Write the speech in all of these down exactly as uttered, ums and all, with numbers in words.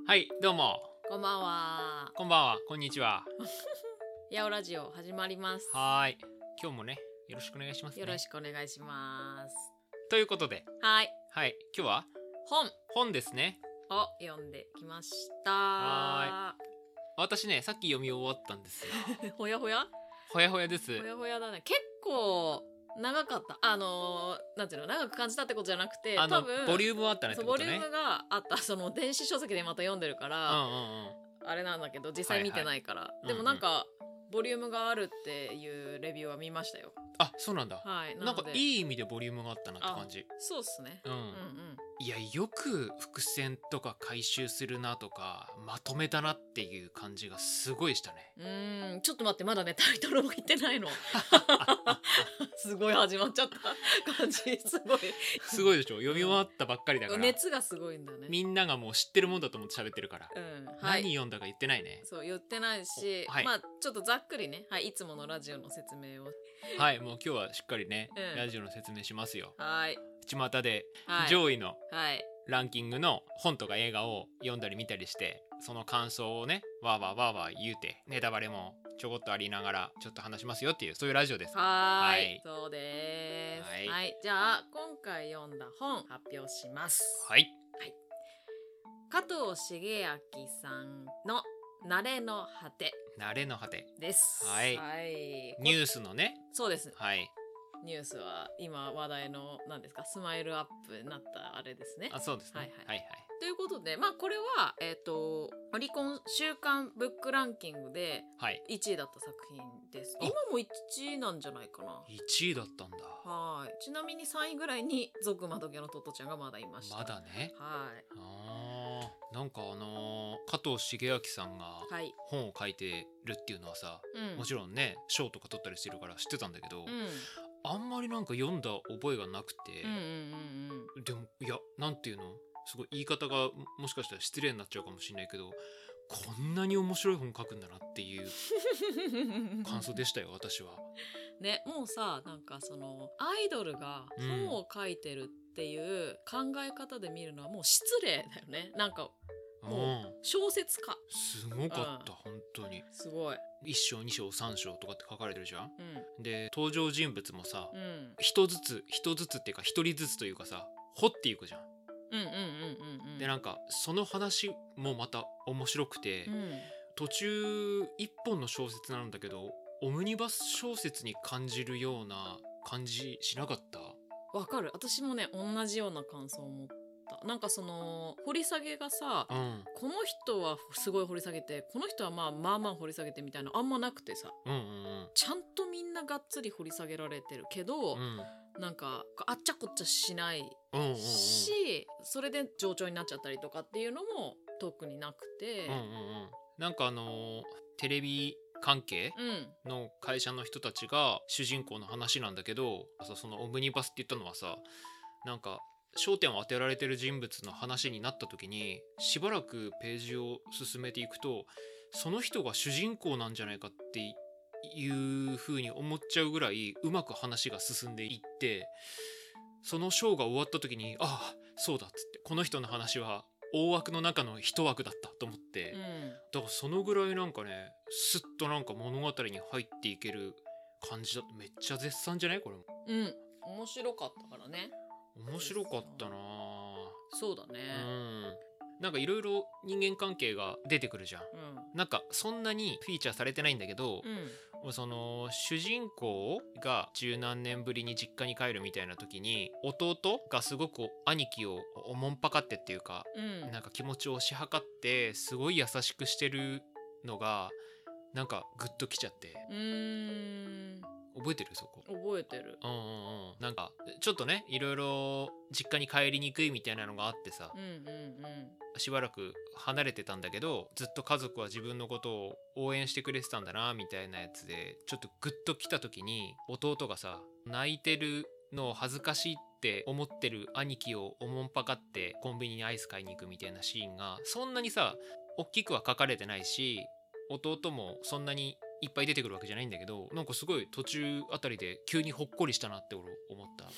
はい、どうも。 こんばんは。 こんばんは。こんにちは。 ヤオラジオ始まります。 はーい。今日もね、よろしくお願いしますね。 よろしくお願いします。 ということで、 はい。 はい、今日は本本ですね。 を読んできました。 は私ね、さっき読み終わったんですよ。 ほやほやほやほやです。 ほやほやだね。結構長かった。あのー、なんていうの、長く感じたってことじゃなくて、 あの多分ボリュームはあったねってことね。 そうボリュームがあった。その電子書籍でまた読んでるかうんら、 うんうん。 あれなんだけど実際見てないから、 いでもなんか、ボリュームがあるっていうレビューは見ましたよ。 あ、そうなんだ。 はい。 なんかのでいい意味でボリュームがあったなって感じ。 そうっすね。 うん。 うんうんいや、よく伏線とか回収するなとかまとめたなっていう感じがすごいしたね。 うーんちょっと待って、まだねタイトルも言ってないのすごい始まっちゃった感じ。すごいすごいでしょ。読み終わったばっかりだから。 熱がすごいんだね。 みんながもう知ってるもんだと思って喋ってるから、 うんはい、 何読んだか言ってないね。 そう言ってないし、 はいまあちょっとざっくりね、はい、いつものラジオの説明をはい、もう今日はしっかりね、 うんラジオの説明しますよ。 はい巷ではい上位のはいランキングの本とか映画を読んだり見たりして、その感想をねわーわーわーわー言うて、ネタバレもちょこっとありながらちょっと話しますよっていう、そういうラジオです。 はーい、 はいそうです。 ははいい、じゃあ今回読んだ本発表します。 はい加藤茂明さんの慣れの果て慣れの果てです。 はいはいニュースのね。 そうです。 はいニュースは今話題の何ですか、スマイルアップになったあれですね。 あ、そうですね。 ははいいはいはいということで、まあこれはえっ、とオリコン週刊ブックランキングではいいちいだった作品です。 あ今もいちいなんじゃないかな。 いちいだったんだ。 はい。ちなみにさんいぐらいに続窓家のトットちゃんがまだいました。 まだね。 はいあーなんかあのー加藤茂明さんがはい。 本を書いてるっていうのはさ、 うん。 もちろんね賞とか取ったりしてるから知ってたんだけど、 うんあんまりなんか読んだ覚えがなくて、 うんうんうんうん。 でもいやなんていうの、すごい言い方がももしかしたら失礼になっちゃうかもしれないけど、こんなに面白い本書くんだなっていう感想でしたよ私は。 ね、もうさ、なんかそのアイドルが本を書いてるっていう考え方で見るのはもう失礼だよね。なんかもうん、 小説家すごかった、本当に。 すごい。 いっ章に章さん章とかって書かれてるじゃん。 うんで登場人物もさ、 うん一ずつ一ずつっていうか一人ずつというかさ掘っていくじゃん。 うんうんうんうんうん。 でなんかその話もまた面白くて、 うん途中一本の小説なんだけどオムニバス小説に感じるような感じしなかった？ わかる。私もね同じような感想を持った。なんかその掘り下げがさ、 うんこの人はすごい掘り下げて、この人はまあまあまあ掘り下げてみたいなあんまなくてさ、 うんうんちゃんとみんながっつり掘り下げられてるけど、 うんなんかあっちゃこっちゃしないうんうんうんし、それで冗長になっちゃったりとかっていうのも特になくて、 うんうんうんなんかあのーテレビ関係うんの会社の人たちが主人公の話なんだけど、さそのオムニバスって言ったのはさ、なんか焦点を当てられてる人物の話になった時にしばらくページを進めていくと、その人が主人公なんじゃないかっていう風に思っちゃうぐらいうまく話が進んでいって、その章が終わった時にああそうだっつって、この人の話は大枠の中の一枠だったと思って、 うんだからそのぐらいなんかねスッとなんか物語に入っていける感じだ。めっちゃ絶賛じゃないこれも。 うん面白かったからね。 面白かったな。 そうだね。 うんなんかいろいろ人間関係が出てくるじゃん。 うんなんかそんなにフィーチャーされてないんだけど、 うんその主人公が十何年ぶりに実家に帰るみたいな時に弟がすごく兄貴をおもんぱかってっていうか、 うんなんか気持ちを推し量ってすごい優しくしてるのがなんかグッときちゃって。 うーん覚えてるそこ？ 覚えてる。 うんうんうんなんかちょっとねいろいろ実家に帰りにくいみたいなのがあってさ、 うんうんうんしばらく離れてたんだけどずっと家族は自分のことを応援してくれてたんだなみたいなやつで、ちょっとグッときた時に弟がさ泣いてるのを恥ずかしいって思ってる兄貴をおもんぱかってコンビニにアイス買いに行くみたいなシーンがそんなにさ大きくは書かれてないし、弟もそんなにいっぱい出てくるわけじゃないんだけど、なんかすごい途中あたりで急にほっこりしたなって俺思った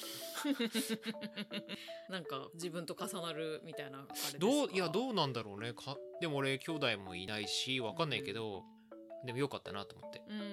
なんか自分と重なるみたいなあれですか？ どういやどうなんだろうねか。でも俺兄弟もいないしわかんないけど、うん、でもよかったなと思って。 うーん、うん、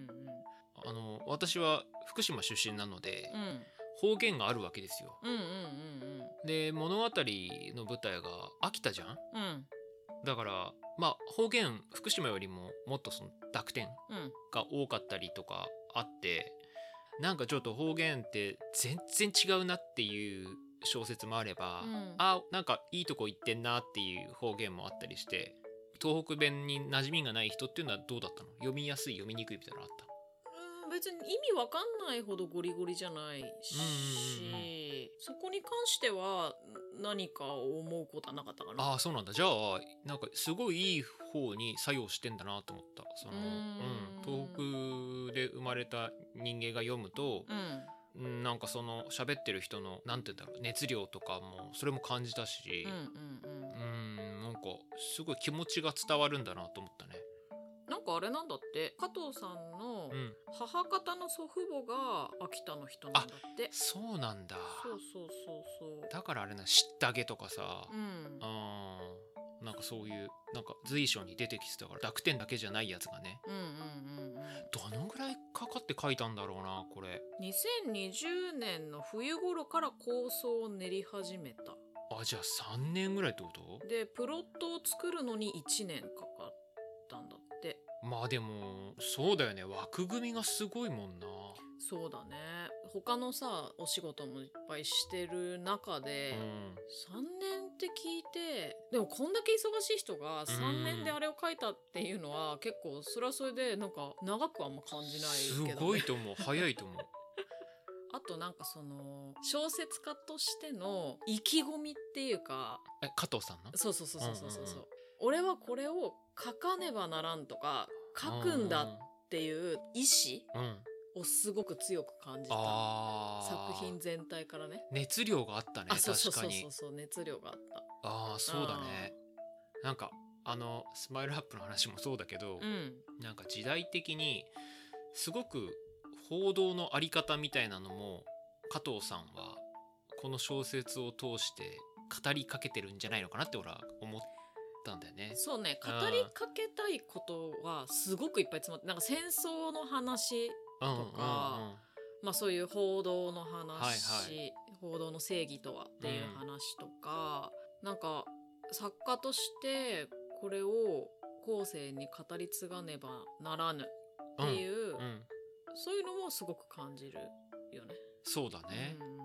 あの私は福島出身なので、 うん、 方言があるわけですよ。 うんうんうんで物語の舞台が秋田じゃん。 うんうんだからまあ方言福島よりももっとその濁点うんが多かったりとかあって、なんかちょっと方言って全然違うなっていう小説もあれば、 うん、 あなんかいいとこ行ってんなっていう方言もあったりして、東北弁に馴染みがない人っていうのはどうだったの？読みやすい読みにくいみたいなのあった？ うん、別に意味わかんないほどゴリゴリじゃないし、 うんうんうんうん、 そこに関しては何か思うことはなかったかな。 ああそうなんだ。じゃあなんかすごいいい方に作用してんだなと思った。その、 うーん、 うん、東北で生まれた人間が読むと、 うん、 うん、なんかその喋ってる人のなんて言うんだろう熱量とかもそれも感じたし、 うんうんうん、 うん、なんかすごい気持ちが伝わるんだなと思ったね。 なんかあれなんだって、加藤さんのうん、 母方の祖父母が秋田の人なんだって。 そうなんだ。 そうそうそうそう。 だからあれなしったげとかさ、 うん。 あーなんかそういうなんか随所に出てきてたから濁点だけじゃないやつがね。 うんうんうんうん。 どのぐらいかかって書いたんだろうなこれ。 にせんにじゅうねんの冬頃から構想を練り始めた。 あじゃあさんねんぐらいってこと？ でプロットを作るのにいちねんかかったんだって。 まあでもそうだよね、枠組みがすごいもんな。 そうだね。他のさお仕事もいっぱいしてる中で、 うん、 さんねんって聞いて、でもこんだけ忙しい人がさんねんであれを書いたっていうのは結構それはそれでなんか長くあんま感じないけど、ね、 すごいと思う早いと思うあとなんかその小説家としての意気込みっていうか、 え加藤さんの？ そうそうそうそうそうそう、 うんうんうん、 俺はこれを書かねばならんとか書くんだっていう意志をすごく強く感じた、 あ作品全体からね。 熱量があったね。 あ、そうそう確かに。 そうそうそう、熱量があった。 ああそうだね。なんかあのスマイルアップの話もそうだけど、 うん、 なんか時代的にすごく報道のあり方みたいなのも加藤さんはこの小説を通して語りかけてるんじゃないのかなって俺は思ったんだよね。 そうね、語りかけたいことはすごくいっぱい詰まって、なんか戦争の話とか、 うんうんうん、 まあそういう報道の話、 はいはい、 報道の正義とはっていう話とか、うん、なんか作家としてこれを後世に語り継がねばならぬっていう、うんうん、そういうのもすごく感じるよね。 そうだね、 うん、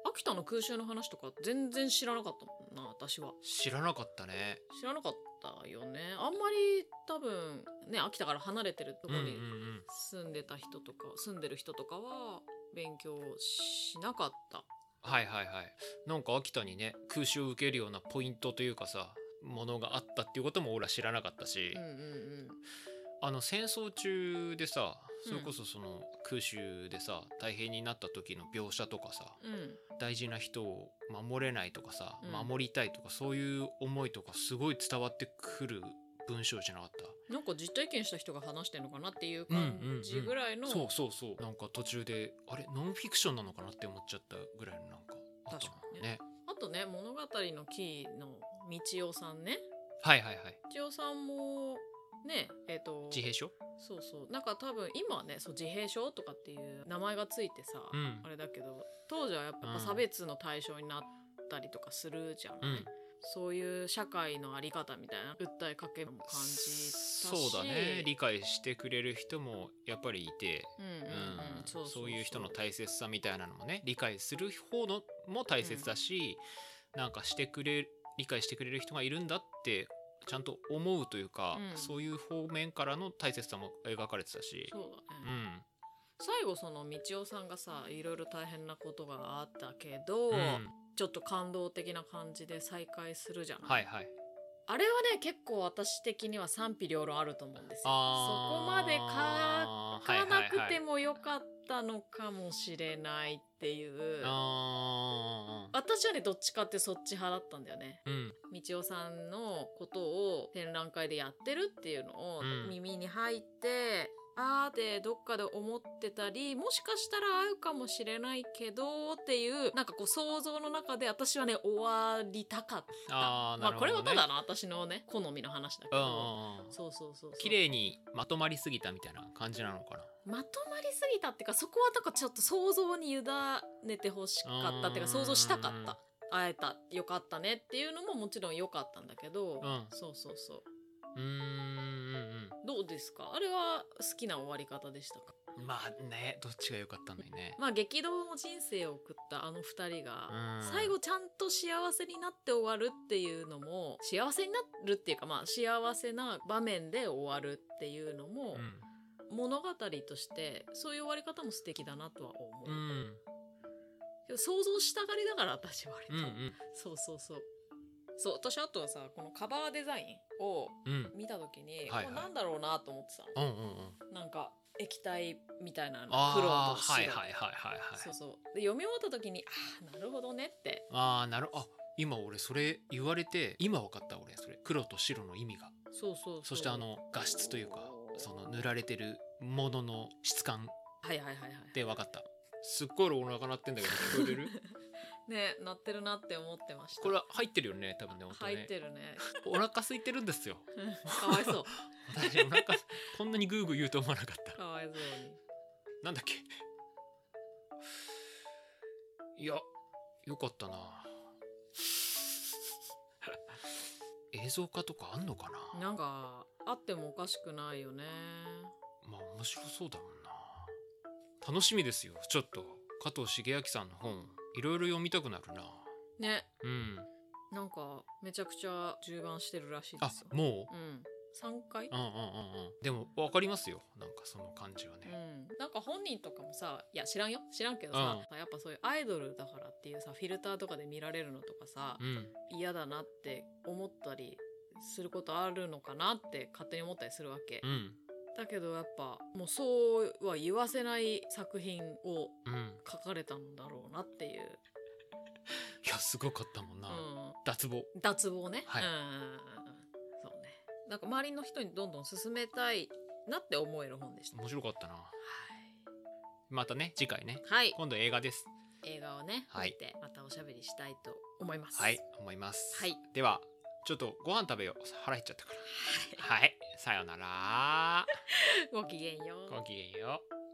秋田の空襲の話とか全然知らなかったもんな。私は知らなかったね。 知らなかったよね。あんまり多分ね、秋田から離れてるところに住んでた人とか、うんうんうん、住んでる人とかは勉強しなかった。 はいはいはい。なんか秋田にね空襲を受けるようなポイントというかさものがあったっていうことも俺は知らなかったし、 うんうんうん、 あの戦争中でさそれこそその空襲でさ大変になった時の描写とかさ、 うん、 大事な人を守れないとかさ、 うん、 守りたいとかそういう思いとかすごい伝わってくる文章じゃなかった？ なんか実体験した人が話してるのかなっていう感じぐらいの、 うんうんうん、そうそうそう、なんか途中であれノンフィクションなのかなって思っちゃったぐらいのなんかあったのね。 あとね物語のキーの道夫さんね、 はいはいはい、 道夫さんもねえっ、ー、と自閉症、 そうそう、なんか多分今はねそう自閉症とかっていう名前がついてさ、うん、あれだけど当時はやっぱ差別の対象になったりとかするじゃない、うん、そういう社会のあり方みたいな訴えかけも感じたし、 そうだね、理解してくれる人もやっぱりいて、そういう人の大切さみたいなのもね理解する方のも大切だし、うん、なんかしてくれ理解してくれる人がいるんだってちゃんと思うというか、うん、そういう方面からの大切さも描かれてたし、 そうだね、うん、最後その道夫さんがさいろいろ大変なことがあったけど、うん、ちょっと感動的な感じで再会するじゃない、はいはい、あれはね結構私的には賛否両論あると思うんですよ。そこまで書かなくてもよかったのかもしれないっていう、あ私はねどっちかってそっち派だったんだよね、うん、道夫さんのことを展覧会でやってるっていうのを耳に入って、 あーってどっかで思ってたり、もしかしたら会うかもしれないけどっていうなんかこう想像の中で私はね終わりたかった。 あー、なるほどね。 まあこれはただの私のね好みの話だけど、 うんうんうん、 そうそうそうそう、 綺麗にまとまりすぎたみたいな感じなのかな。 まとまりすぎたっていうか、そこはなんかちょっと想像に委ねてほしかったっていうか、想像したかった。会えたよかったねっていうのももちろん良かったんだけど、 うん、 そうそうそう。 うーん、うん、 どうですか、あれは好きな終わり方でしたか？ まあね、どっちが良かったんだよね。 まあ激動の人生を送ったあの二人がうん最後ちゃんと幸せになって終わるっていうのも、幸せになるっていうか、まあ幸せな場面で終わるっていうのも、 うん、 物語としてそういう終わり方も素敵だなとは思う、 うん、 想像したがりだから私は割と、 うんうん、 そうそうそうそう。私あとはさ、このカバーデザインを見た時に、 うん、はいはい、 これなんだろうなと思ってたの、 うんうんうん、 なんか液体みたいなの、 黒と白、 はいはいはいはいはい、 そうそうで読み終わった時に、ああなるほどねって、 ああなる、あ今俺それ言われて今分かった。俺それ黒と白の意味が、 そうそうそう、 そしてあの画質というかその塗られてるものの質感はいはいはいはいで分かった。すっごいお腹鳴ってんだけど聞こえてるね、鳴ってるなって思ってました。 これは入ってるよね多分ね、音ね。 入ってるね。 お腹空いてるんですよかわいそう私お腹こんなにグーグー言うと思わなかった。 かわいそうに。 なんだっけいやよかったな映像化とかあんのかな。 なんかあってもおかしくないよね。 まあ面白そうだもんな。楽しみですよ。ちょっと加藤シゲアキさんの本いろいろ読みたくなるな。 ね。 うん。 なんかめちゃくちゃ充番してるらしいですよ。 あ、もう。うん。さんかい？ うんうんうんうん。でも分かりますよ。なんかその感じはね。 うん。なんか本人とかもさ、いや知らんよ。知らんけどさ、うん、やっぱそういうアイドルだからっていうさ、フィルターとかで見られるのとかさ、うん、嫌だなって思ったりすることあるのかなって勝手に思ったりするわけ。うん。だけどやっぱもうそうは言わせない作品を書かれたんだろうなっていう、うん、いやすごかったもんな、うん、脱帽脱帽ね、 はい、うん、 そうね。なんか周りの人にどんどん進めたいなって思える本でした。 面白かったな、はい、またね次回ね、はい、今度映画です。 映画をね見てまたおしゃべりしたいと思います。 はい思います、はい、ではちょっとご飯食べよう。腹減っちゃったからはい、さよならごきげんよう。 ごきげんよう。